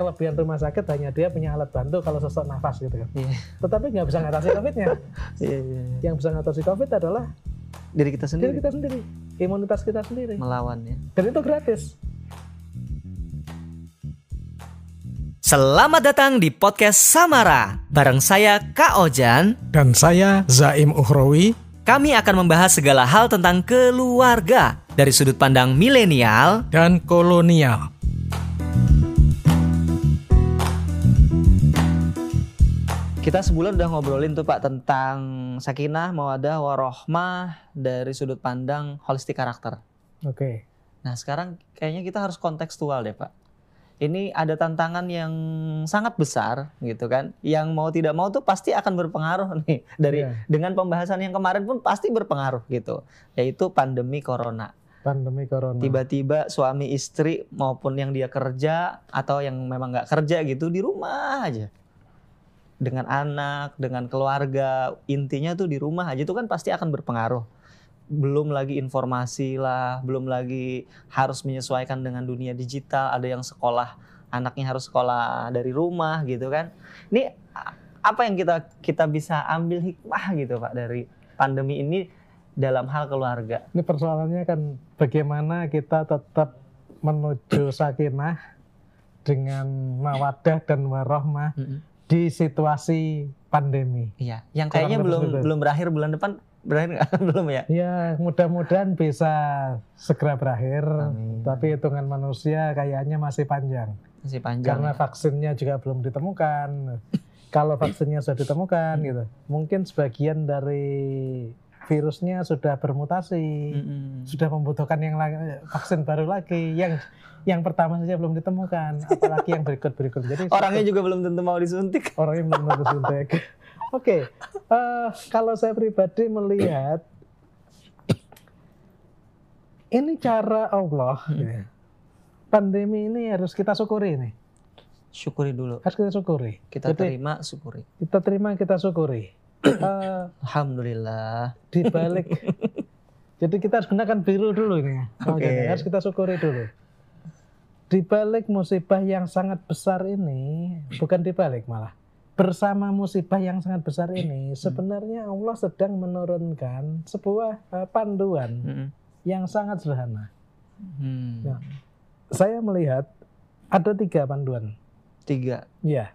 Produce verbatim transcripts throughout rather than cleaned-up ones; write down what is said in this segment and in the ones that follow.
kelebihan rumah sakit hanya dia punya alat bantu kalau sesak nafas gitu kan. Iya. Tetapi nggak bisa ngatasi COVID-nya. Iya, iya, iya. Yang bisa ngatasi COVID adalah Diri kita diri sendiri kita sendiri, imunitas kita sendiri. melawan ya. Dan itu gratis. Selamat datang di podcast Samara. Bareng saya Kak Ojan. Dan saya Zaim Uhrawi. Kami akan membahas segala hal tentang keluarga dari sudut pandang milenial Dan kolonial. Kita sebulan udah ngobrolin tuh Pak tentang sakinah, mawaddah, warohmah dari sudut pandang holistik karakter. Oke. Nah sekarang kayaknya kita harus kontekstual deh Pak. Ini ada tantangan yang sangat besar gitu kan. Yang mau tidak mau tuh pasti akan berpengaruh nih. Dari Iya. dengan pembahasan yang kemarin pun pasti berpengaruh gitu. Yaitu pandemi corona. Pandemi corona. Tiba-tiba suami istri maupun yang dia kerja atau yang memang nggak kerja gitu di rumah aja. Dengan anak, dengan keluarga, intinya tuh di rumah aja itu kan pasti akan berpengaruh. Belum lagi informasi lah, belum lagi harus menyesuaikan dengan dunia digital. Ada yang sekolah, anaknya harus sekolah dari rumah gitu kan. Ini apa yang kita kita bisa ambil hikmah gitu Pak dari pandemi ini dalam hal keluarga? Ini persoalannya kan bagaimana kita tetap menuju sakinah dengan mawaddah dan warohmah Mm-mm. di situasi pandemi. Iya, yang kayaknya Kurang belum lebih seperti itu. belum berakhir bulan depan. Berakhir nggak? Belum ya? Ya mudah-mudahan bisa segera berakhir. Amin. Tapi hitungan manusia kayaknya masih panjang. Masih panjang. Karena ya? vaksinnya juga belum ditemukan. Kalau vaksinnya sudah ditemukan gitu, mungkin sebagian dari virusnya sudah bermutasi, Mm-mm. sudah membutuhkan yang lain, vaksin baru lagi. Yang yang pertama saja belum ditemukan, apalagi yang berikut-berikut. Jadi Orangnya juga belum tentu mau disuntik. orangnya belum tentu suntik. Oke, eh, kalau saya pribadi melihat ini cara Allah. Ya. Pandemi ini harus kita syukuri nih, Syukuri dulu. harus kita syukuri. Kita Jadi, terima, syukuri. kita terima, kita syukuri. Eh, Alhamdulillah. di balik, jadi kita harus gunakan biru dulu ini. Oh, Oke. jadi harus kita syukuri dulu. Di balik musibah yang sangat besar ini, bukan di balik malah. Bersama musibah yang sangat besar ini, sebenarnya Allah sedang menurunkan sebuah uh, panduan Mm-mm. yang sangat sederhana. Hmm. Ya. Saya melihat ada tiga panduan. Tiga. Ya.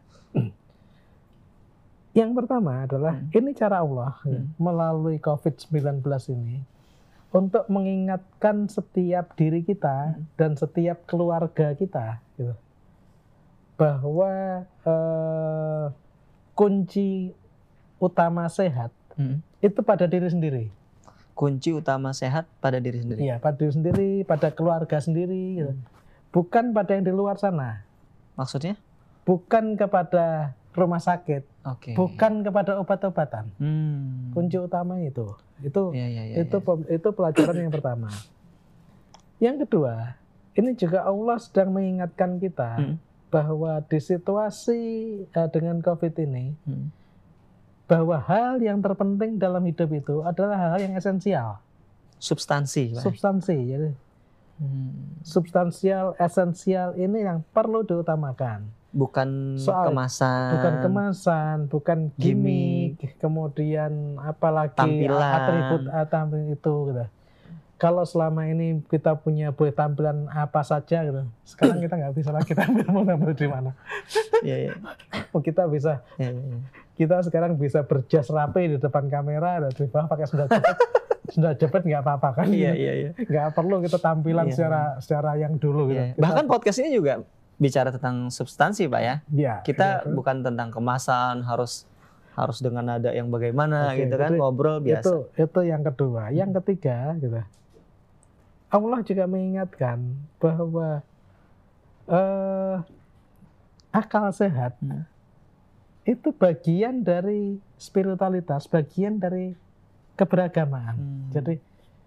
Yang pertama adalah Hmm. ini cara Allah ya, Hmm. melalui covid sembilan belas ini untuk mengingatkan setiap diri kita Hmm. dan setiap keluarga kita gitu, bahwa eh, kunci utama sehat Mm-mm. itu pada diri sendiri. Kunci utama sehat pada diri sendiri. Iya, pada diri sendiri, pada keluarga sendiri gitu. Bukan pada yang di luar sana. Maksudnya? Bukan kepada rumah sakit, Oke. bukan kepada obat-obatan. Hmm. Kunci utama itu. Itu Ya, ya, ya, itu ya. pem- itu pelajaran yang pertama. Yang kedua, ini juga Allah sedang mengingatkan kita Hmm. bahwa di situasi eh, dengan COVID ini, Hmm. bahwa hal yang terpenting dalam hidup itu adalah hal yang esensial, Substansi. Pak. substansi. Jadi Hmm. substansial, esensial ini yang perlu diutamakan. Bukan Soal- kemasan. Bukan kemasan, bukan gimmick, kemudian apalagi Tampilan. atribut atribut itu gitu. Kalau selama ini kita punya boleh tampilan apa saja gitu, sekarang kita nggak bisa lagi tampil mau tampil di mana. Iya, iya. Oh, kita bisa, Iya, iya, iya. kita sekarang bisa berjas rapi di depan kamera dan di bawah pakai sendal jepit. Sendal jepit nggak apa-apa kan? Iya, iya, iya. Nggak perlu kita tampilan Iya. secara secara yang dulu gitu. Iya. Kita- Bahkan podcast ini juga bicara tentang substansi Pak ya. ya, Kita iya. bukan tentang kemasan, harus harus dengan nada yang bagaimana Oke, gitu kan, itu- ngobrol biasa. Itu itu yang kedua. Yang ketiga gitu. Allah juga mengingatkan bahwa eh, akal sehat Hmm. itu bagian dari spiritualitas, bagian dari keberagaman. Hmm. Jadi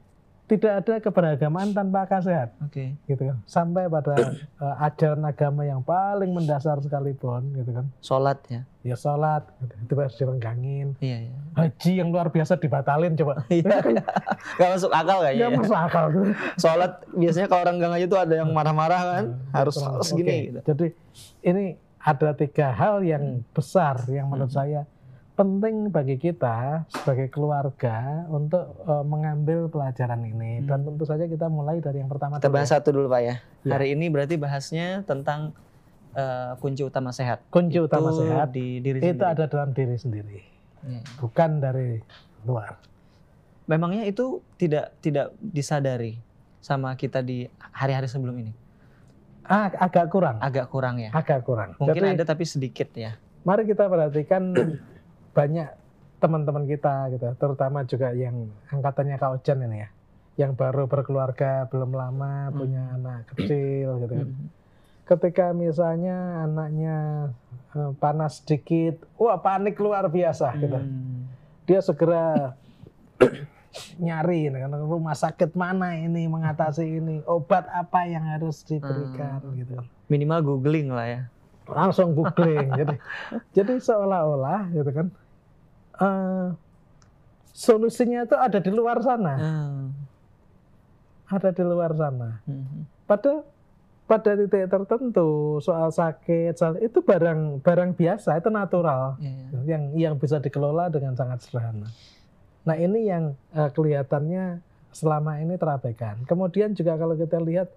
tidak ada keberagaman tanpa akal sehat, Oke. gitu kan. Sampai pada uh, ajaran agama yang paling mendasar sekalipun, gitu kan. Sholat ya. Ya sholat, gitu. Itu harus direnggangin. Iya, iya. Haji yang luar biasa dibatalin coba. Iya. Gak masuk akal kayaknya. Nggak Ya. masuk akal gitu. Sholat biasanya kalau renggang aja tuh ada yang marah-marah kan, harus Betul. segini Oke. gitu. Jadi ini ada tiga hal yang besar yang menurut saya penting bagi kita sebagai keluarga untuk uh, mengambil pelajaran ini. Dan tentu saja kita mulai dari yang pertama. Kita dulu bahas ya. satu dulu Pak ya. Ya. Hari ini berarti bahasnya tentang eh, kunci utama sehat. Kunci Itu utama sehat di diri itu sendiri. ada dalam diri sendiri, Iya. bukan dari luar. Memangnya itu tidak tidak disadari sama kita di hari-hari sebelum ini. Ah, agak kurang, Agak kurang ya. agak kurang. Mungkin Jadi ada tapi sedikit ya. mari kita perhatikan banyak teman-teman kita gitu, terutama juga yang angkatannya Kak Ojan ini ya, yang baru berkeluarga belum lama, punya anak kecil gitu kan. Hmm. Ketika misalnya anaknya eh, panas sedikit, wah panik luar biasa gitu. Hmm. Dia segera nyari kan, rumah sakit mana ini mengatasi ini, obat apa yang harus diberikan gitu kan. Minimal googling lah ya. Langsung googling. jadi jadi seolah-olah gitu kan eh, solusinya itu ada di luar sana, Hmm. ada di luar sana. Hmm. Pada pada titik tertentu soal sakit, soal, itu barang barang biasa, itu natural, Iya, iya. yang yang bisa dikelola dengan sangat sederhana. Nah ini yang eh, kelihatannya selama ini terabaikan. Kemudian juga kalau kita lihat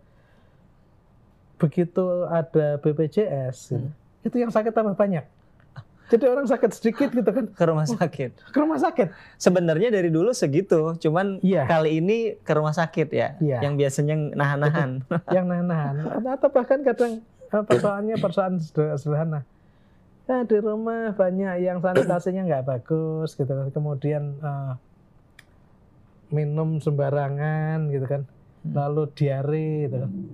begitu ada B P J S, gitu, itu yang sakit tambah banyak. Jadi orang sakit sedikit gitu kan Ke rumah sakit. ke rumah sakit. Sebenarnya dari dulu segitu, cuman Iya. kali ini ke rumah sakit ya, Iya. yang biasanya nahan-nahan. Yang nahan-nahan. Atau bahkan kadang eh, persoalannya persoalan seder- sederhana. Ya, di rumah banyak yang sanitasinya nggak bagus gitu kan. Kemudian eh, minum sembarangan gitu kan. Lalu diare gitu kan.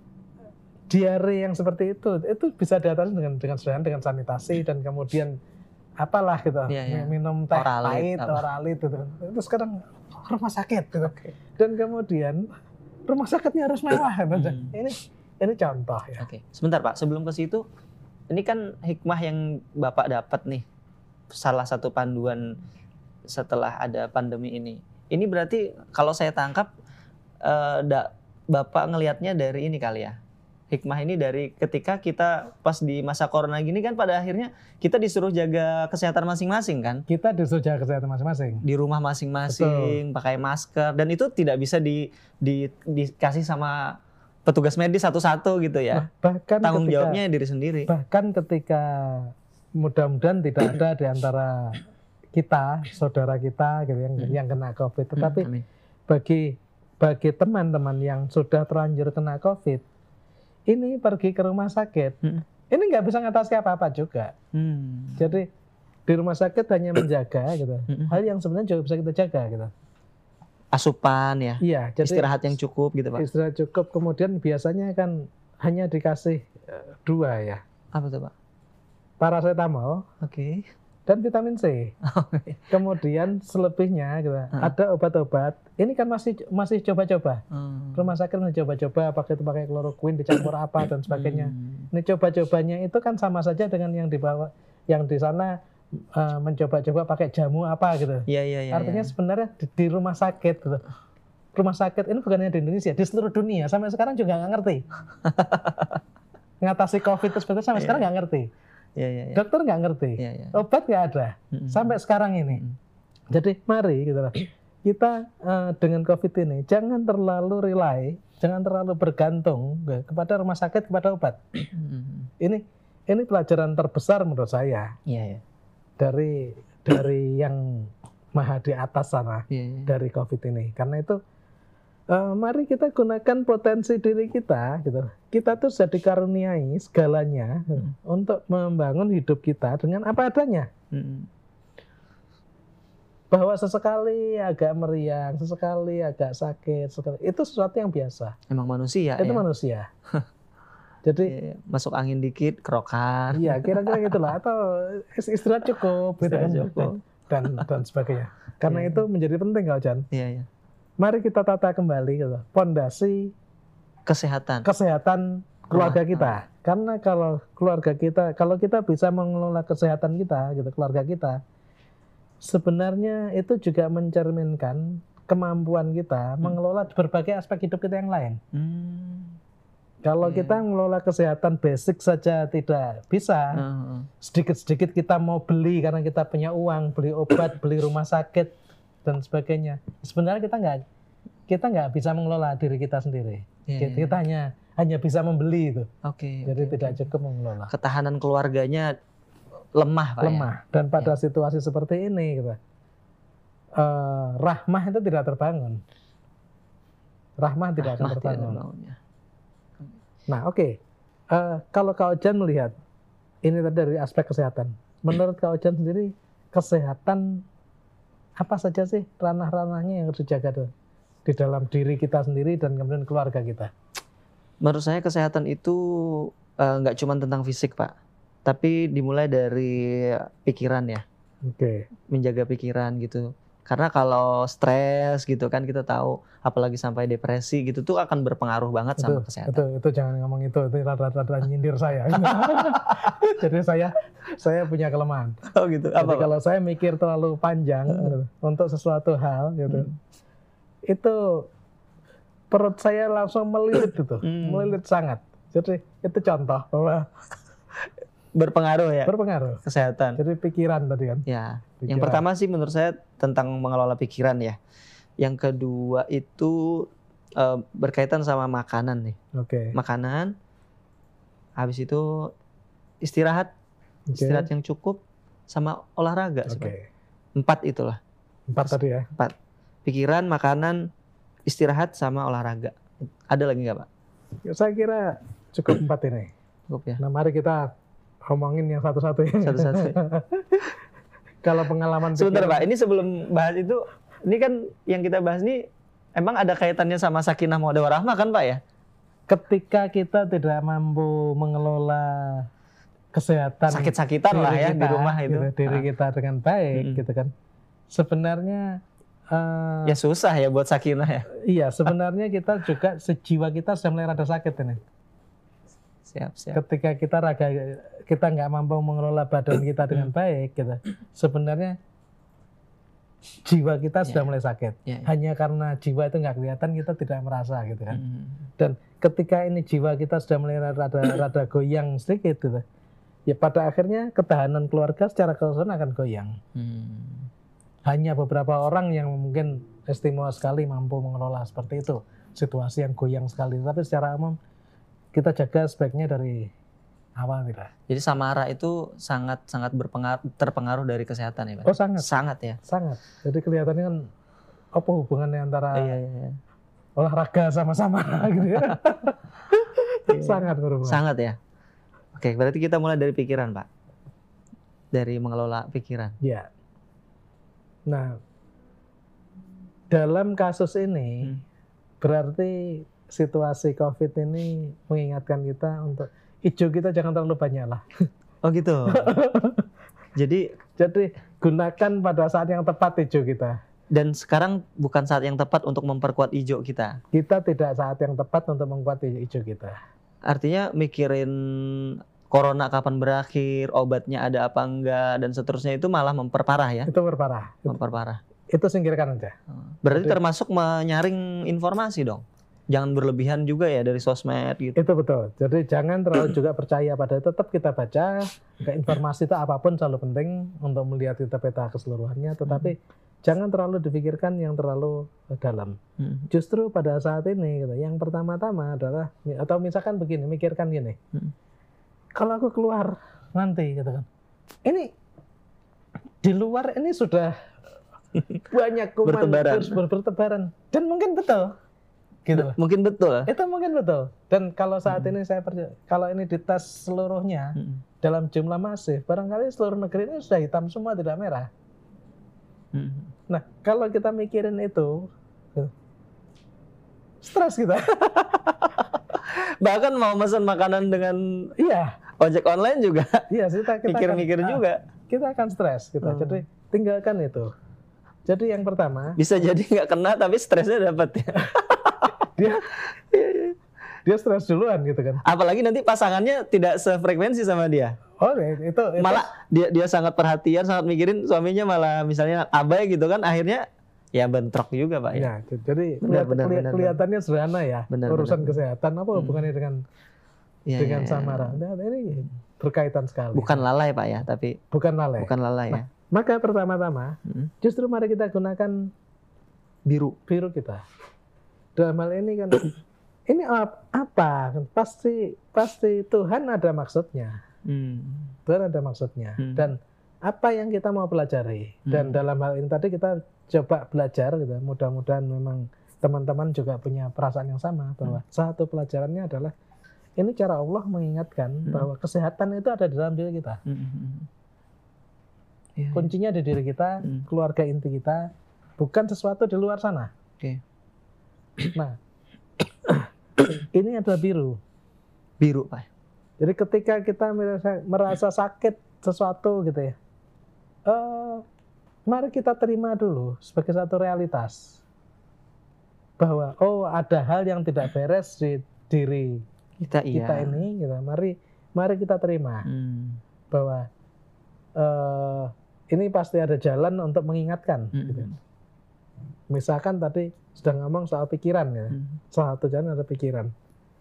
Diare yang seperti itu itu bisa diatasi dengan dengan sederhana, dengan sanitasi dan kemudian apalah gitu. Iya, iya. Minum teh Oralit, pahit, apa. oralit gitu. Itu sekarang rumah sakit gitu. Dan kemudian rumah sakitnya harus mewah. gitu. Hmm. Ini ini contoh ya. Oke, sebentar Pak. Sebelum ke situ, ini kan hikmah yang Bapak dapat nih, salah satu panduan setelah ada pandemi ini. Ini berarti kalau saya tangkap, eh, da- Bapak ngelihatnya dari ini kali ya. Hikmah ini dari ketika kita pas di masa corona gini kan pada akhirnya kita disuruh jaga kesehatan masing-masing kan. Kita disuruh jaga kesehatan masing-masing. Di rumah masing-masing, pakai masker, dan itu tidak bisa di, di dikasih sama petugas medis satu-satu gitu ya. Nah, bahkan Tanggung ketika, jawabnya diri sendiri. bahkan ketika mudah-mudahan tidak ada di antara kita, saudara kita gitu yang Hmm. yang kena COVID. Tetapi Hmm, amin. bagi bagi teman-teman yang sudah terlanjur kena COVID, ini pergi ke rumah sakit, Hmm. ini nggak bisa ngatasi apa-apa juga. Hmm. Jadi di rumah sakit hanya menjaga gitu. Hmm. Hal yang sebenarnya juga bisa kita jaga gitu. Asupan ya, Iya, jadi istirahat yang cukup gitu Pak. istirahat cukup. Kemudian biasanya kan hanya dikasih eh, dua ya, Apa tuh Pak? paracetamol Oke. dan vitamin C. Kemudian selebihnya gitu, ada obat-obat. Ini kan masih masih coba-coba. Hmm. Rumah sakit masih coba-coba pakai itu pakai kloroquine dicampur apa dan sebagainya. Hmm. Ini coba-cobanya itu kan sama saja dengan yang dibawa yang di sana eh, mencoba-coba pakai jamu apa gitu. Iya iya iya. Artinya iya. sebenarnya di, di rumah sakit gitu. Rumah sakit ini bukan hanya di Indonesia, di seluruh dunia sampai sekarang juga nggak ngerti. Ngatasi COVID itu sebetulnya sampai Iya. sekarang nggak ngerti. Iya iya iya. Dokter nggak ngerti. Iya iya. Obat nggak ada Mm-mm. sampai sekarang ini. Mm. Jadi mari gitu loh. Kita eh, dengan COVID ini jangan terlalu rely, jangan terlalu bergantung ke- kepada rumah sakit, kepada obat. Hmm. Ini ini pelajaran terbesar menurut saya Iya iya. dari dari yang maha di atas sana, Iya iya. dari COVID ini. Karena itu eh, mari kita gunakan potensi diri kita gitu. Kita tuh sudah dikaruniai segalanya Hmm. untuk membangun hidup kita dengan apa adanya. Hmm. Bahwa sesekali agak meriang, sesekali agak sakit, sesekali, itu sesuatu yang biasa. Emang manusia itu ya. manusia. Jadi Iya, iya. Masuk angin dikit, kerokan. iya kira-kira gitulah, atau istirahat cukup gitu kan, Istirahat cukup. dan dan sebagainya. Karena Iya, itu menjadi penting kalau Jan. Iya iya. mari kita tata kembali gitu, pondasi Kesehatan. kesehatan keluarga Rumah. kita. Karena kalau keluarga kita, kalau kita bisa mengelola kesehatan kita, gitu, keluarga kita, sebenarnya itu juga mencerminkan kemampuan kita mengelola berbagai aspek hidup kita yang lain. Hmm. Kalau Iya. kita mengelola kesehatan basic saja tidak bisa, Heeh. sedikit-sedikit kita mau beli karena kita punya uang, beli obat, beli rumah sakit dan sebagainya. Sebenarnya kita nggak kita nggak bisa mengelola diri kita sendiri. Iya, Kita, iya. kita hanya hanya bisa membeli itu. Oke. Jadi oke, tidak oke. cukup mengelola. Ketahanan keluarganya lemah, Pak. ya? Lemah. Dan pada situasi seperti ini, gitu, eh, rahmah itu tidak terbangun. Rahmah tidak akan Rahmah tidak terbangun. terbangun, ya. Nah, oke. Eh, kalau Kak Ojan melihat ini tadi dari aspek kesehatan. Menurut Kak Ojan sendiri, kesehatan apa saja sih ranah-ranahnya yang harus dijaga tuh di dalam diri kita sendiri dan kemudian keluarga kita? Menurut saya kesehatan itu eh, nggak cuma tentang fisik, Pak. Tapi dimulai dari pikiran ya. Oke. Menjaga pikiran gitu. Karena kalau stres gitu kan kita tahu, apalagi sampai depresi gitu tuh akan berpengaruh banget Itu, sama kesehatan. itu, itu jangan ngomong itu. Itu rata-rata nyindir saya. Jadi saya saya punya kelemahan. Oh gitu. Jadi Apa, Pak? kalau saya mikir terlalu panjang gitu, untuk sesuatu hal gitu, Hmm. itu perut saya langsung melilit gitu, Hmm. melilit sangat. Jadi itu contoh bahwa Berpengaruh ya berpengaruh. kesehatan. Jadi pikiran tadi kan. Ya. Pikiran. Yang pertama sih menurut saya tentang mengelola pikiran ya. Yang kedua itu eh, berkaitan sama makanan nih. Oke. Makanan. Habis itu istirahat, Oke. istirahat yang cukup sama olahraga. Oke. sebenarnya. Empat itulah. Empat tadi ya. Pikiran, makanan, istirahat sama olahraga. Ada lagi nggak, Pak? Saya kira cukup empat ini. Cukup ya. Nah, mari kita ngomongin yang satu-satu ya. Satu-satu. Kalau pengalaman Sebentar, pikiran- Pak. Ini sebelum bahas itu, ini kan yang kita bahas nih emang ada kaitannya sama sakinah mawaddah warahmah kan, Pak ya? ketika kita tidak mampu mengelola kesehatan Sakit-sakitan lah diri ya kita, di rumah itu. gitu, diri Ah. kita dengan baik Mm-mm. gitu kan. Sebenarnya eh, Ya susah ya buat sakinah ya. iya sebenarnya kita juga sejiwa kita sudah mulai rada sakit ini. Siap, siap. Ketika kita raga kita nggak mampu mengelola badan kita dengan baik gitu. Sebenarnya jiwa kita sudah Ya. mulai sakit. Ya, ya. Hanya karena jiwa itu nggak kelihatan kita tidak merasa gitu kan. Mm. Dan ketika ini jiwa kita sudah mulai rada rada goyang sedikit gitu. Ya pada akhirnya ketahanan keluarga secara keseluruhan akan goyang. Hmm. Hanya beberapa orang yang mungkin istimewa sekali mampu mengelola seperti itu. Situasi yang goyang sekali. Tapi secara umum kita jaga sebaiknya dari awal gitu. Jadi samara itu sangat sangat berpengaruh terpengaruh dari kesehatan ya, Pak. Oh sangat, Sangat ya. sangat. Jadi kelihatannya kan apa hubungannya antara Iya, iya, iya. olahraga sama-sama gitu ya. Iya. Sangat berhubungan. Sangat ya. Oke, berarti kita mulai dari pikiran, Pak. Dari mengelola pikiran. Ya. Nah, dalam kasus ini Hmm. berarti situasi COVID ini mengingatkan kita untuk hijau kita jangan terlalu banyak lah. Oh gitu. Jadi Jadi gunakan pada saat yang tepat hijau kita. dan sekarang bukan saat yang tepat untuk memperkuat hijau kita. Kita tidak saat yang tepat untuk membuat hijau kita. Artinya mikirin corona kapan berakhir, obatnya ada apa enggak dan seterusnya itu malah memperparah ya, Itu berparah. Itu, memperparah. itu singkirkan aja. Berarti Jadi- termasuk menyaring informasi dong. Jangan berlebihan juga ya dari sosmed gitu. Itu betul. Jadi jangan terlalu juga percaya pada itu. Tetap kita baca. Ke informasi itu apapun selalu penting untuk melihat kita peta keseluruhannya. Tetapi jangan terlalu dipikirkan yang terlalu dalam. Hmm. Justru pada saat ini gitu, yang pertama-tama adalah atau misalkan begini, mikirkan gini. Hmm. Kalau aku keluar nanti gitu kan. Ini di luar ini sudah banyak kuman Bertebaran. terus ber- bertebaran dan mungkin betul. Gitu. loh. Mungkin betul. Itu mungkin betul. Dan kalau saat Hmm. ini saya percaya kalau ini dites seluruhnya Hmm. dalam jumlah masif, barangkali seluruh negeri ini sudah hitam semua tidak merah. Hmm. Nah, kalau kita mikirin itu stres kita. Bahkan mau pesan makanan dengan Iya. ojek online juga Iya, kita, kita mikir-mikir akan, juga. kita akan stres kita. Hmm. Jadi tinggalkan itu. Jadi yang pertama, Bisa jadi nggak kena tapi stresnya dapat ya. dia dia stres duluan gitu kan. Apalagi nanti pasangannya tidak sefrekuensi sama dia. Oh itu, itu Malah dia dia sangat perhatian, sangat mikirin, suaminya malah misalnya abai gitu kan, akhirnya ya bentrok juga Pak ya. ya, jadi Benar, kelihat- benar, keli- benar, kelihatannya sederhana ya. Benar, urusan benar. kesehatan apa hubungannya dengan Iya, dengan iya, iya. samara. Nah, ini berkaitan sekali. Bukan lalai Pak ya, tapi Bukan lalai. bukan lalai ya. Maka pertama-tama Mm. justru mari kita gunakan Biru. biru kita. Dalam hal ini kan ini ap- apa? Pasti pasti Tuhan ada maksudnya. Hmm. Tuhan ada maksudnya. Hmm. Dan apa yang kita mau pelajari. Dan Hmm. dalam hal ini tadi kita coba belajar gitu. Mudah-mudahan memang teman-teman juga punya perasaan yang sama bahwa satu pelajarannya adalah ini cara Allah mengingatkan Hmm. bahwa kesehatan itu ada di dalam diri kita. Hmm. Ya, ya. Kuncinya di diri kita, Hmm. keluarga inti kita, bukan sesuatu di luar sana. Oke. Nah, ini adalah biru. Biru Pak. Jadi ketika kita merasa, merasa sakit sesuatu gitu ya, eh, mari kita terima dulu sebagai satu realitas bahwa oh ada hal yang tidak beres di diri Kita iya. kita ini, gitu. Mari, mari kita terima Hmm. bahwa eh, ini pasti ada jalan untuk mengingatkan. Hmm. Gitu. Misalkan tadi sudah ngomong soal pikiran ya. Hmm. Salah satu jalan ada pikiran.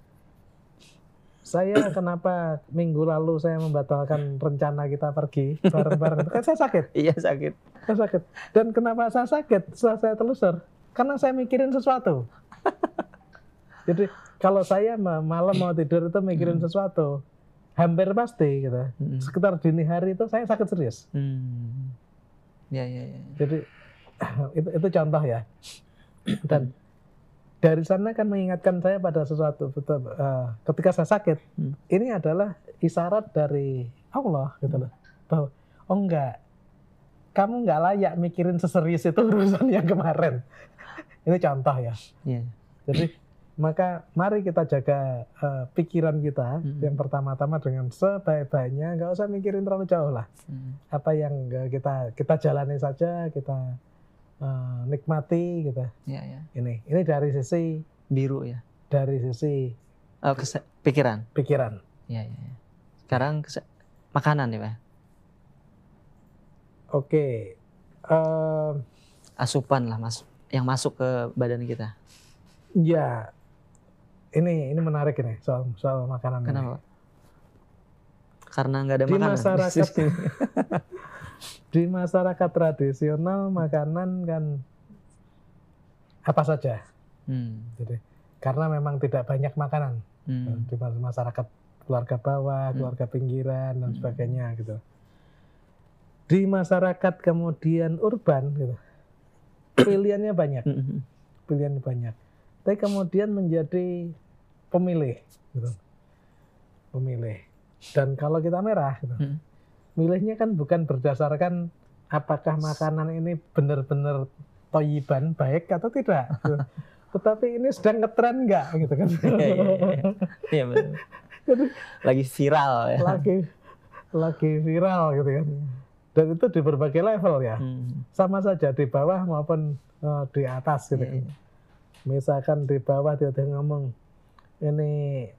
Saya kenapa minggu lalu saya membatalkan rencana kita pergi bareng-bareng? Kan saya sakit, Iya sakit. saya sakit. Dan kenapa saya sakit? Setelah saya telusur, karena saya mikirin sesuatu. Jadi kalau saya ma- malam mau tidur itu mikirin sesuatu, hampir pasti gitu. Hmm. Sekitar dini hari itu saya sakit serius. Hmm. Ya ya ya. Jadi itu, itu contoh ya. Dan dari sana kan mengingatkan saya pada sesuatu. Betul, eh, ketika saya sakit, Hmm. ini adalah isyarat dari Allah gitu loh. Bahwa oh enggak, kamu enggak layak mikirin seserius itu urusan yang kemarin. Ini contoh ya. Iya. Jadi maka mari kita jaga eh, pikiran kita Hmm. yang pertama-tama dengan sebaik-baiknya, nggak usah mikirin terlalu jauh lah. Hmm. Apa yang eh, kita kita jalani saja, kita eh, nikmati gitu. Ya ya. Ini ini dari sisi Biru ya. dari sisi Oh, kese- pikiran. pikiran. Ya ya. ya. Sekarang kese- makanan ya Pak. Oke. Eh, Asupan lah mas, yang masuk ke badan kita. ya. Ini ini menarik ini soal soal makanan. ini. Kenapa? Karena nggak ada Di makanan. masyarakat di masyarakat tradisional makanan kan apa saja. Hmm. Jadi karena memang tidak banyak makanan Hmm. di masyarakat keluarga bawah, Hmm. keluarga pinggiran dan Hmm. sebagainya gitu. Di masyarakat kemudian urban gitu. Pilihannya banyak, Hmm. pilihannya banyak. Tapi kemudian menjadi pemilih gitu. Pemilih. Dan kalau kita merah gitu. Hmm. Milihnya kan bukan berdasarkan apakah makanan ini benar-benar toyiban, baik atau tidak. gitu. Tetapi ini sedang ngetren nggak gitu kan. Iya, iya, iya. Iya benar. Jadi Lagi viral ya. lagi lagi viral gitu kan. Dan itu di berbagai level ya. Hmm. Sama saja di bawah maupun eh, di atas gitu Iya, kan. iya. Misalkan di bawah dia dia ngomong ini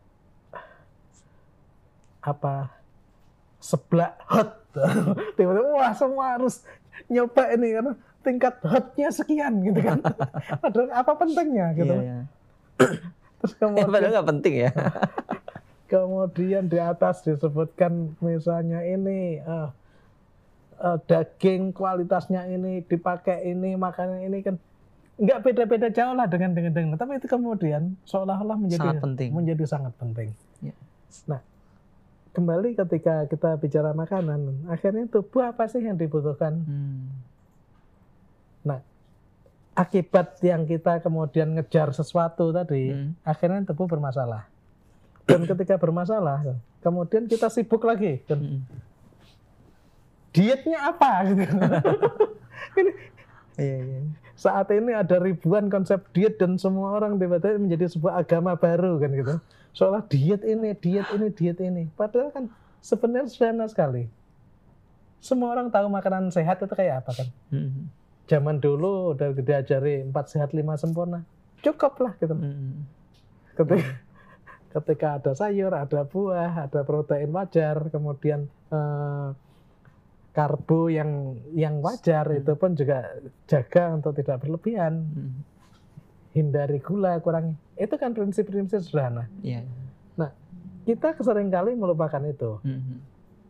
apa seblak hot. Tiba-tiba wah semua harus nyoba ini karena tingkat hotnya sekian gitu kan. Padahal apa pentingnya gitu. Iya, iya. Terus Eh, padahal kemudian nggak penting ya. kemudian di atas disebutkan misalnya ini eh, eh, daging kualitasnya ini dipakai ini makanan ini kan nggak beda-beda jauh lah dengan dengan dengan tapi itu kemudian seolah-olah menjadi Sangat penting. menjadi sangat penting. Ya. Nah kembali ketika kita bicara makanan akhirnya tubuh apa sih yang dibutuhkan? Hmm. Nah akibat yang kita kemudian ngejar sesuatu tadi Hmm. akhirnya tubuh bermasalah. Dan ketika bermasalah, kemudian kita sibuk lagi. Dan Hmm. dietnya apa? Gitu. Ini, Iya, iya. saat ini ada ribuan konsep diet dan semua orang tiba-tiba menjadi sebuah agama baru kan gitu. Seolah diet ini, diet ini, diet ini. Padahal kan sebenarnya sederhana sekali. Semua orang tahu makanan sehat itu kayak apa kan. Hmm. zaman dulu udah diajari empat sehat lima sempurna, cukup lah gitu. Hmm. Ketika, ketika ada sayur, ada buah, ada protein wajar, kemudian eh, karbo yang yang wajar, Hmm. itu pun juga jaga untuk tidak berlebihan. Hmm. Hindari gula, kurangi. Itu kan prinsip-prinsip sederhana. Iya. Kita seringkali melupakan itu. Hmm.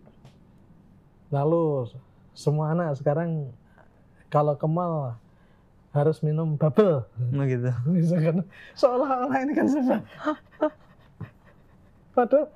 Lalu semua anak sekarang kalau ke mall harus minum bubble. Oh gitu. Misalkan seolah-olah ini kan sudah. Padahal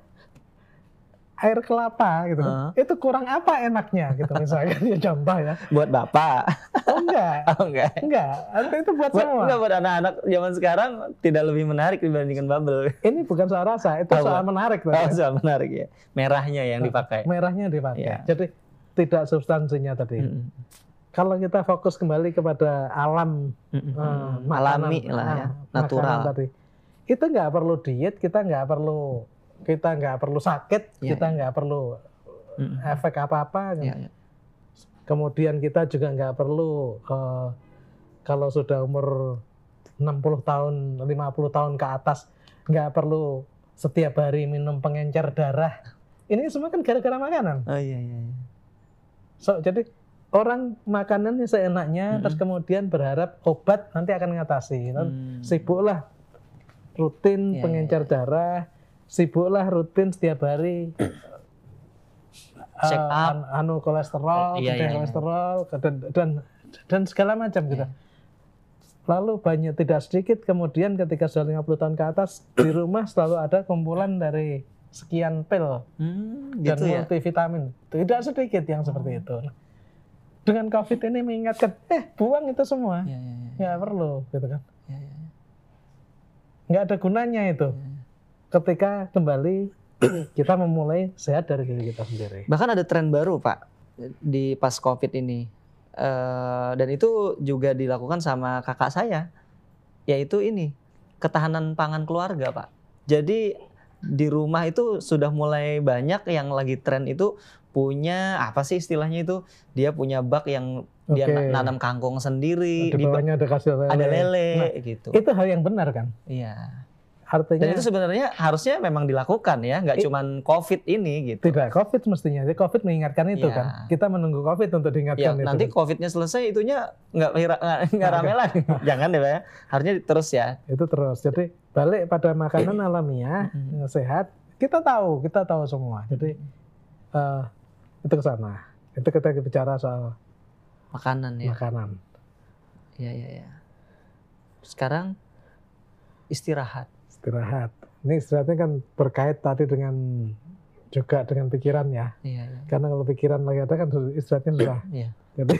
air kelapa gitu kan. Heeh. Itu kurang apa enaknya gitu misalkan ya contoh ya. Buat bapak. Oh enggak. Oh enggak. Enggak, itu buat Buat, semua. enggak buat anak-anak zaman sekarang tidak lebih menarik dibandingkan bubble. Ini bukan soal rasa, itu Oh, soal menarik. Oh, tadi. soal menarik ya. Merahnya yang dipakai. Merahnya dipakai. Iya. Jadi tidak substansinya tadi. Mm-mm. Kalau kita fokus kembali kepada alam Mm-mm. eh, Alami makanan, lah ya, ah, natural. makanan tadi, itu nggak perlu diet, kita nggak perlu kita nggak perlu sakit, Iya, kita nggak perlu Mm-mm. efek apa-apa. Iya, iya. Kemudian kita juga nggak perlu eh, kalau sudah umur enam puluh tahun, lima puluh tahun ke atas, nggak perlu setiap hari minum pengencer darah. Ini semua kan gara-gara makanan. Oh iya iya. iya. So, jadi orang makanannya seenaknya, Mm-mm. terus kemudian berharap obat nanti akan mengatasi. Hmm. Sibuklah rutin Iya, pengencer iya, iya. darah, sibuklah rutin setiap hari Check eh, up. an- anu kolesterol, Iya, cegah iya, iya. kolesterol dan, dan dan segala macam gitu. Iya. Lalu banyak tidak sedikit kemudian ketika sudah lima puluh tahun ke atas di rumah selalu ada kumpulan dari sekian pil Hmm, dan gitu ya. multivitamin. Tidak sedikit yang seperti itu. Nah, dengan COVID ini mengingatkan, eh buang itu semua, Iya iya iya. nggak perlu, gitu kan? Iya, iya. Nggak ada gunanya itu. Iya. Ketika kembali kita memulai sehat dari diri kita sendiri. Bahkan ada tren baru Pak di pas COVID ini. Eh, dan itu juga dilakukan sama kakak saya, yaitu ini ketahanan pangan keluarga Pak. Jadi di rumah itu sudah mulai banyak yang lagi tren itu punya apa sih istilahnya itu, dia punya bak yang dia Oke. na- nanam kangkung sendiri, Di di bak- bawahnya ada kasih lele. ada lele Nah, gitu. itu hal yang benar kan? Iya. Artinya Dan itu sebenarnya harusnya memang dilakukan ya, nggak I- cuman COVID ini gitu. tidak COVID mestinya. Jadi COVID mengingatkan itu Iya. kan. Kita menunggu COVID untuk Ya diingatkan itu. nanti kan. COVID-nya selesai itunya nggak nggak nggak rame lagi. Jangan deh Pak ya. Harusnya terus ya. Itu terus. Jadi balik pada makanan alamiah, Mm-mm. sehat. Kita tahu, kita tahu semua. Jadi eh, itu ke sana. Itu kita bicara soal Makanan ya. makanan. Iya iya iya. Sekarang istirahat. Istirahat. Ini istirahatnya kan berkait tadi dengan juga dengan pikiran ya. Iya iya. Karena kalau pikiran lagi ada kan istirahatnya susah. Iya. Jadi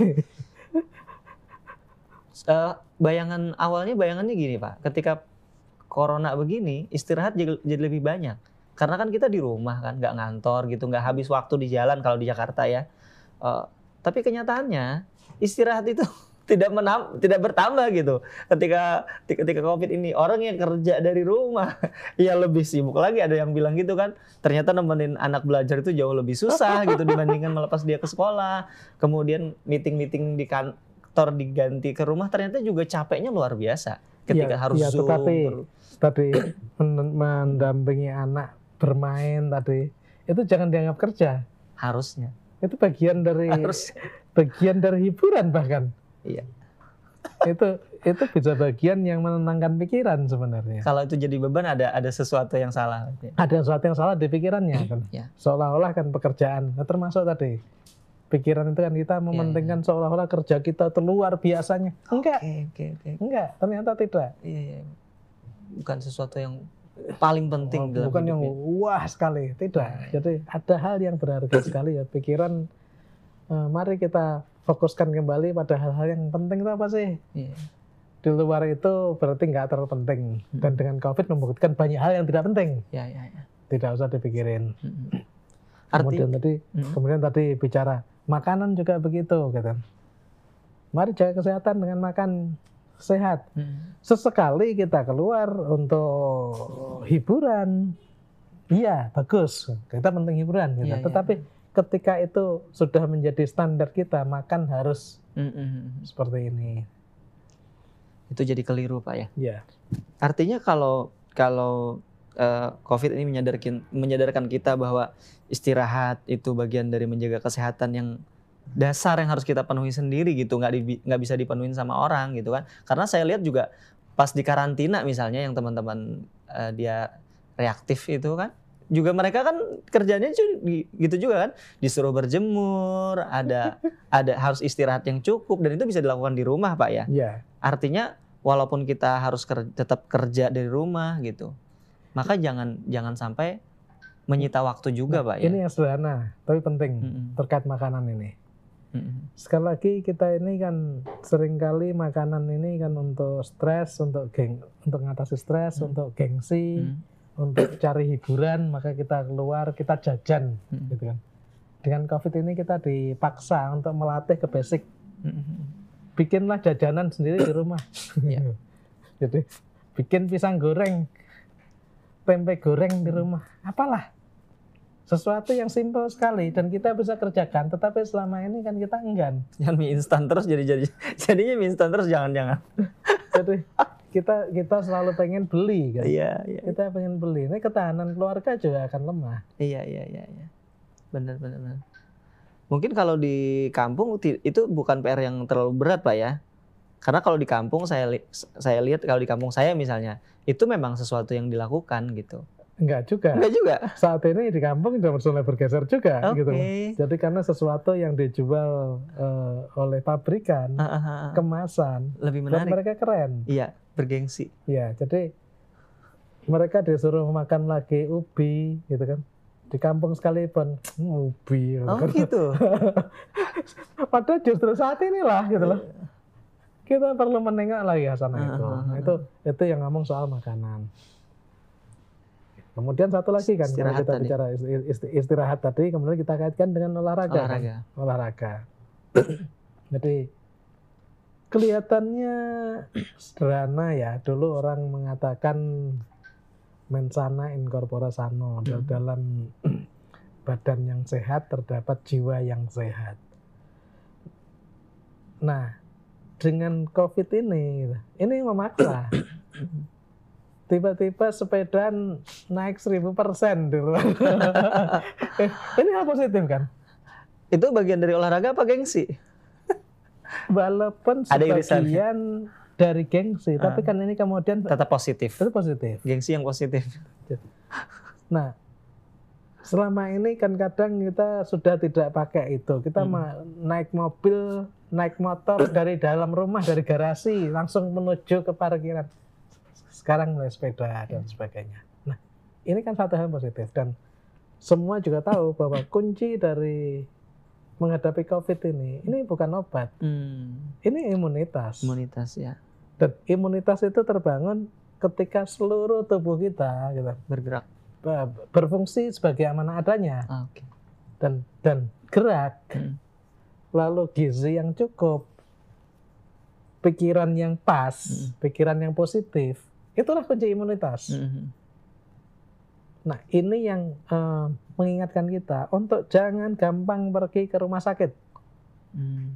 Eh, bayangan awalnya bayangannya gini Pak. Ketika corona begini istirahat jadi, jadi lebih banyak. Karena kan kita di rumah kan, nggak ngantor gitu, nggak habis waktu di jalan kalau di Jakarta ya. Eh, tapi kenyataannya istirahat itu tidak menam, tidak bertambah gitu. Ketika ketika COVID ini orang yang kerja dari rumah ya lebih sibuk lagi. Ada yang bilang gitu kan, ternyata nemenin anak belajar itu jauh lebih susah gitu dibandingkan melepas dia ke sekolah. Kemudian meeting-meeting di kantor diganti ke rumah, ternyata juga capeknya luar biasa. Ketika Iya, harus iya, Zoom. tetapi terus- tadi men- mendampingi anak bermain tadi itu jangan dianggap kerja. harusnya. Itu bagian dari Harus. bagian dari hiburan bahkan. Iya. Itu itu bisa bagian yang menenangkan pikiran sebenarnya. Kalau itu jadi beban ada ada sesuatu yang salah. Ada sesuatu yang salah di pikirannya kan. Ya. Seolah-olah kan pekerjaan, nah, termasuk tadi pikiran itu kan kita mementingkan seolah-olah kerja kita itu luar biasanya. Enggak, Oke oke oke. enggak, ternyata tidak. Iya iya. Bukan sesuatu yang paling penting dalam Bukan yang hidup ini. wah sekali, tidak. Nah, Jadi ada hal yang berharga sekali ya pikiran. Eh, mari kita fokuskan kembali pada hal-hal yang penting itu apa sih? Iya. Di luar itu berarti nggak terlalu penting. Dan dengan COVID membuktikan banyak hal yang tidak penting. Ya ya ya. Tidak usah dipikirin. Mm-mm. Kemudian Arti tadi, Mm. kemudian tadi bicara makanan juga begitu, gitu. Mari jaga kesehatan dengan makan sehat. Mm. Sesekali kita keluar untuk hiburan, Iya, bagus. Kita penting hiburan gitu. Iya, iya. Tetapi ketika itu sudah menjadi standar kita, makan harus Mm-mm. seperti ini. Itu jadi keliru Pak ya. Iya. Artinya kalau kalau uh, COVID ini menyadarkan menyadarkan kita bahwa istirahat itu bagian dari menjaga kesehatan yang dasar yang harus kita penuhi sendiri gitu, nggak di, nggak bisa dipenuhin sama orang gitu kan. Karena saya lihat juga pas di karantina misalnya yang teman-teman uh, dia reaktif itu kan, juga mereka kan kerjanya gitu juga kan, disuruh berjemur, ada ada harus istirahat yang cukup dan itu bisa dilakukan di rumah Pak ya. Iya. Artinya walaupun kita harus ker, tetap kerja dari rumah gitu, maka jangan jangan sampai menyita waktu juga Nah, Pak ya. ini yang sederhana tapi penting Mm-mm. terkait makanan ini. Mm-mm. Sekali lagi kita ini kan seringkali makanan ini kan untuk stres, untuk geng, untuk mengatasi stres, Hmm. untuk gengsi, Mm. untuk cari hiburan, maka kita keluar, kita jajan, Mm. gitu kan. Dengan COVID ini kita dipaksa untuk melatih ke basic. Mm-mm. Bikinlah jajanan sendiri di rumah. Iya. Jadi bikin pisang goreng, tempe goreng di rumah, apalah. Sesuatu yang simpel sekali dan kita bisa kerjakan, tetapi selama ini kan kita enggan. Jangan mie instan terus jadi jadi jadinya mie instan terus jangan-jangan. Jadi kita kita selalu pengen beli kan. Iya, iya. Kita pengen beli. Ini ketahanan keluarga juga akan lemah. Iya, iya, iya, iya. Benar, benar, benar. Mungkin kalau di kampung ti- itu bukan P R yang terlalu berat Pak ya. Karena kalau di kampung saya li- saya lihat kalau di kampung saya misalnya itu memang sesuatu yang dilakukan gitu. Enggak juga. Enggak juga. Saat ini di kampung sudah mulai bergeser juga Oke. gitu. Jadi karena sesuatu yang dijual eh, oleh pabrikan, Ah, ah, ah, ah. kemasan, Lebih dan menarik. mereka keren. Iya, bergengsi. Ya, jadi mereka disuruh makan lagi ubi gitu kan. Di kampung sekalipun "Hmm, ubi gitu Oh kan. gitu. Padahal justru saat inilah gitu loh. Kita perlu menengok lagi ya sana itu. Ah, ah, Nah, ah. itu itu yang ngomong soal makanan. Kemudian satu lagi kan kalau Istirahat kita tadi. bicara isti- isti- istirahat tadi, kemudian kita kaitkan dengan olahraga. kan? Olahraga. Olahraga. Jadi kelihatannya sederhana ya. Dulu orang mengatakan mensana in corpore sano. Hmm. Dalam badan yang sehat terdapat jiwa yang sehat. Nah, dengan COVID ini, ini memaksa. Tiba-tiba sepedaan naik seribu persen dulu. Eh, ini hal positif kan? Itu bagian dari olahraga apa gengsi? Walaupun Ada irisannya. sebagian dari gengsi, Ah. tapi kan ini kemudian Tetap positif. itu positif. Gengsi yang positif. Nah, selama ini kan kadang kita sudah tidak pakai itu. Kita Hmm. ma- naik mobil, naik motor dari dalam rumah, dari garasi, langsung menuju ke parkiran. Sekarang mulai sepeda dan sebagainya. Nah, ini kan satu hal positif. Dan semua juga tahu bahwa kunci dari menghadapi COVID ini, ini bukan obat. Hmm. Ini imunitas. Imunitas ya. Dan imunitas itu terbangun ketika seluruh tubuh kita gitu, Bergerak. ber- berfungsi sebagai amanah adanya. Ah, Oke. dan dan gerak, Hmm. lalu gizi yang cukup, pikiran yang pas, Hmm. pikiran yang positif, itulah kunci imunitas. Mhm. Nah, ini yang eh, mengingatkan kita untuk jangan gampang pergi ke rumah sakit. Hmm.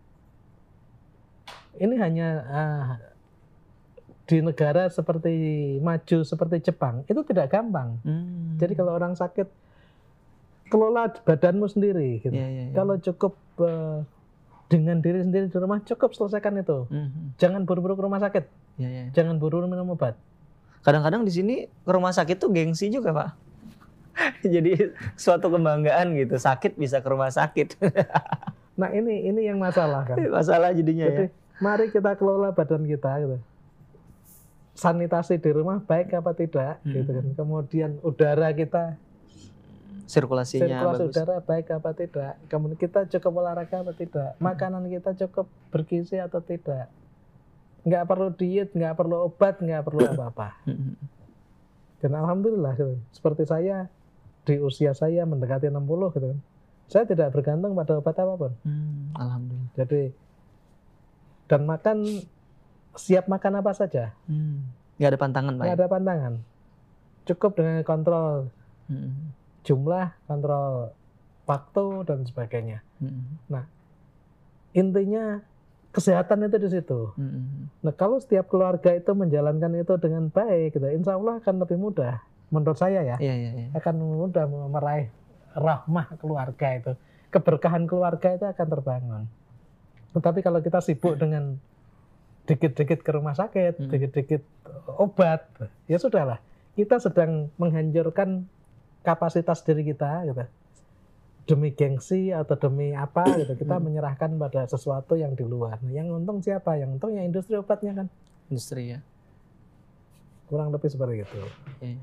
Ini hanya eh, di negara seperti maju seperti Jepang itu tidak gampang. Hmm. Jadi kalau orang sakit, kelola badanmu sendiri. Gitu. Iya, iya, iya. Kalau cukup eh, dengan diri sendiri di rumah, cukup selesaikan itu. Mhm. Jangan buru-buru ke rumah sakit, Iya, iya. jangan buru-buru minum obat. Kadang-kadang di sini ke rumah sakit tuh gengsi juga Pak. Jadi suatu kebanggaan gitu. Sakit bisa ke rumah sakit. Nah ini ini yang masalah kan. Masalah jadinya Jadi ya. mari kita kelola badan kita gitu. Sanitasi di rumah baik apa tidak, Hmm. gitu kan. Kemudian udara kita, Sirkulasinya sirkulasi bagus. udara baik apa tidak. Kemudian kita cukup olahraga atau tidak. Makanan kita cukup bergizi atau tidak. Nggak perlu diet, nggak perlu obat, nggak perlu apa-apa. Mhm. Dan alhamdulillah gitu. Seperti saya di usia saya mendekati enam puluh gitu kan. Saya tidak bergantung pada obat apapun. Hmm, alhamdulillah. Jadi dan makan siap makan apa saja. Hmm. Nggak ada pantangan Pak. Nggak Ya? ada pantangan. Cukup dengan kontrol Mm-mm. jumlah, kontrol waktu dan sebagainya. Mm-mm. Intinya kesehatan itu di situ. Mm-mm. Nah, kalau setiap keluarga itu menjalankan itu dengan baik, gitu, insya Allah akan lebih mudah. Menurut saya ya, Iya, iya, iya. akan mudah meraih rahmah keluarga itu. Keberkahan keluarga itu akan terbangun. Tetapi kalau kita sibuk dengan dikit-dikit ke rumah sakit, Hmm. dikit-dikit obat, ya sudahlah. Kita sedang menghancurkan kapasitas diri kita, gitu. Demi gengsi atau demi apa, gitu. Kita Hmm. menyerahkan pada sesuatu yang di luar. Nah, yang untung siapa? Yang untung ya industri obatnya kan. Industri ya. Kurang lebih seperti itu. Iya.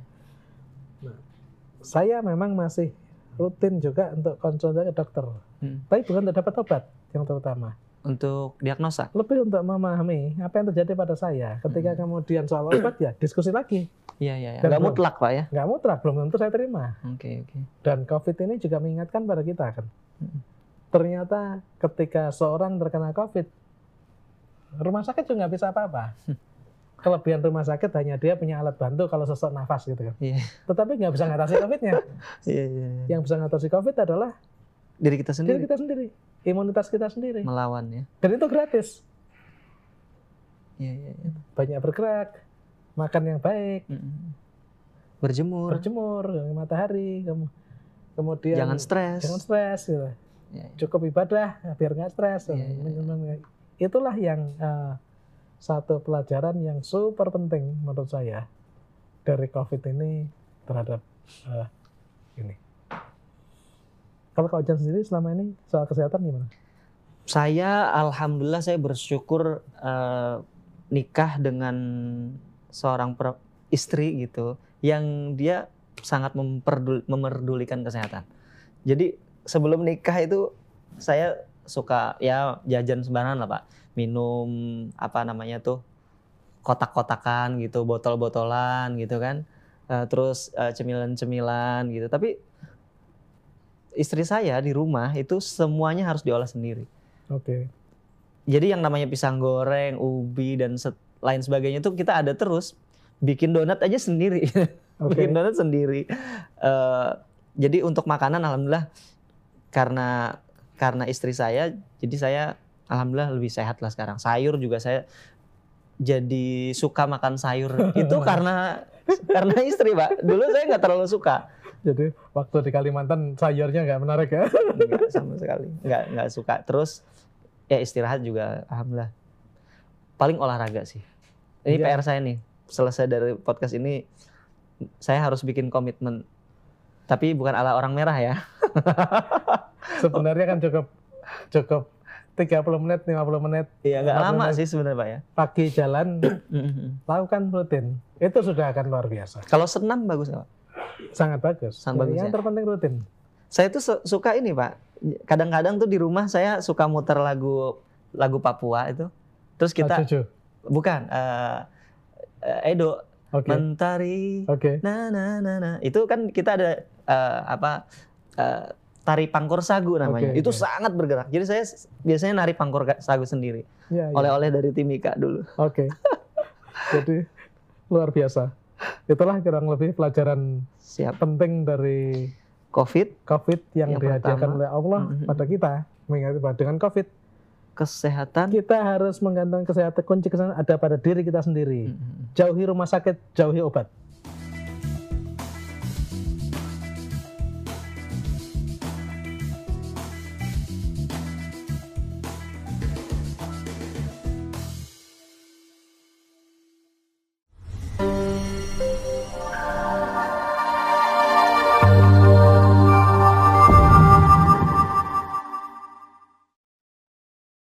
Saya memang masih rutin juga untuk konsultasi ke dokter. Hmm. Tapi bukan untuk dapat obat yang terutama. Untuk diagnosa. Lebih untuk memahami apa yang terjadi pada saya. Ketika Hmm. kemudian soal obat ya diskusi lagi. Iya, iya, iya. Dan Nggak belum. mutlak Pak ya. Nggak mutlak, belum tentu saya terima. Oke, oke. Dan COVID ini juga mengingatkan pada kita kan. Hmm. Ternyata ketika seorang terkena COVID, rumah sakit juga nggak bisa apa-apa. Kelebihan rumah sakit hanya dia punya alat bantu kalau sesak nafas gitu kan. Iya. Tetapi nggak bisa ngatasi COVID-nya. Iya, iya, iya. Yang bisa ngatasi COVID adalah Diri kita diri sendiri kita sendiri, imunitas kita sendiri. melawan ya. Dan itu gratis. Iya, iya, iya. Banyak bergerak, makan yang baik, Mm-mm. Berjemur. berjemur, matahari, kemu- kemudian Jangan stres. jangan stres, gitu. Iya, iya. Cukup ibadah biar nggak stres. Iya, iya, Itulah yang eh, satu pelajaran yang super penting menurut saya dari COVID ini terhadap eh, ini. Kalau Kak Ojan sendiri selama ini soal kesehatan gimana? Saya alhamdulillah saya bersyukur eh, nikah dengan seorang per- istri gitu yang dia sangat memperdul- memerdulikan kesehatan. Jadi sebelum nikah itu saya suka ya jajan sembarangan lah Pak, minum apa namanya tuh kotak-kotakan gitu, botol-botolan gitu kan, Eh, terus eh, cemilan-cemilan gitu. Tapi istri saya di rumah itu semuanya harus diolah sendiri. Oke. Jadi yang namanya pisang goreng, ubi dan set- lain sebagainya itu kita ada terus. Bikin donat aja sendiri, Oke. bikin donat sendiri. Eh, jadi untuk makanan alhamdulillah karena karena istri saya, jadi saya alhamdulillah lebih sehat lah sekarang. Sayur juga saya jadi suka makan sayur itu karena karena istri Pak. Dulu saya nggak terlalu suka. Jadi waktu di Kalimantan sayurnya nggak menarik ya? Enggak sama sekali, nggak nggak suka. Terus ya istirahat juga alhamdulillah. Paling olahraga sih. Ini Iya. P R saya nih. Selesai dari podcast ini saya harus bikin komitmen. Tapi bukan ala orang merah ya. Sebenarnya kan cukup cukup tiga puluh menit, lima puluh menit Iya nggak empat puluh lama menit sih sebenarnya Pak ya. pagi jalan, lakukan rutin. Itu sudah akan luar biasa. Kalau senam bagus nggak Pak? Sangat bagus. Sangat bagus yang ya? terpenting rutin. Saya tuh su- suka ini Pak. Kadang-kadang tuh di rumah saya suka muter lagu lagu Papua itu. Terus kita Cucu. bukan eh, eh, Edo Oke. Mentari. Oke. Nah, nah, nah, nah. Itu kan kita ada eh, apa eh, tari pangkur sagu namanya. Oke, Itu oke. sangat bergerak. Jadi saya s- biasanya nari pangkur ga- sagu sendiri. Ya, ya. Oleh-oleh dari Timika dulu. Oke. Jadi luar biasa. Itulah kurang lebih pelajaran Siap. penting dari Covid, COVID yang, Yang dihadiahkan pertama. oleh Allah Mhm. pada kita. Mengingat bahwa dengan COVID kesehatan. kita harus menggantungkan kesehatan, kunci kesehatan ada pada diri kita sendiri. Mm-mm. Jauhi rumah sakit, jauhi obat.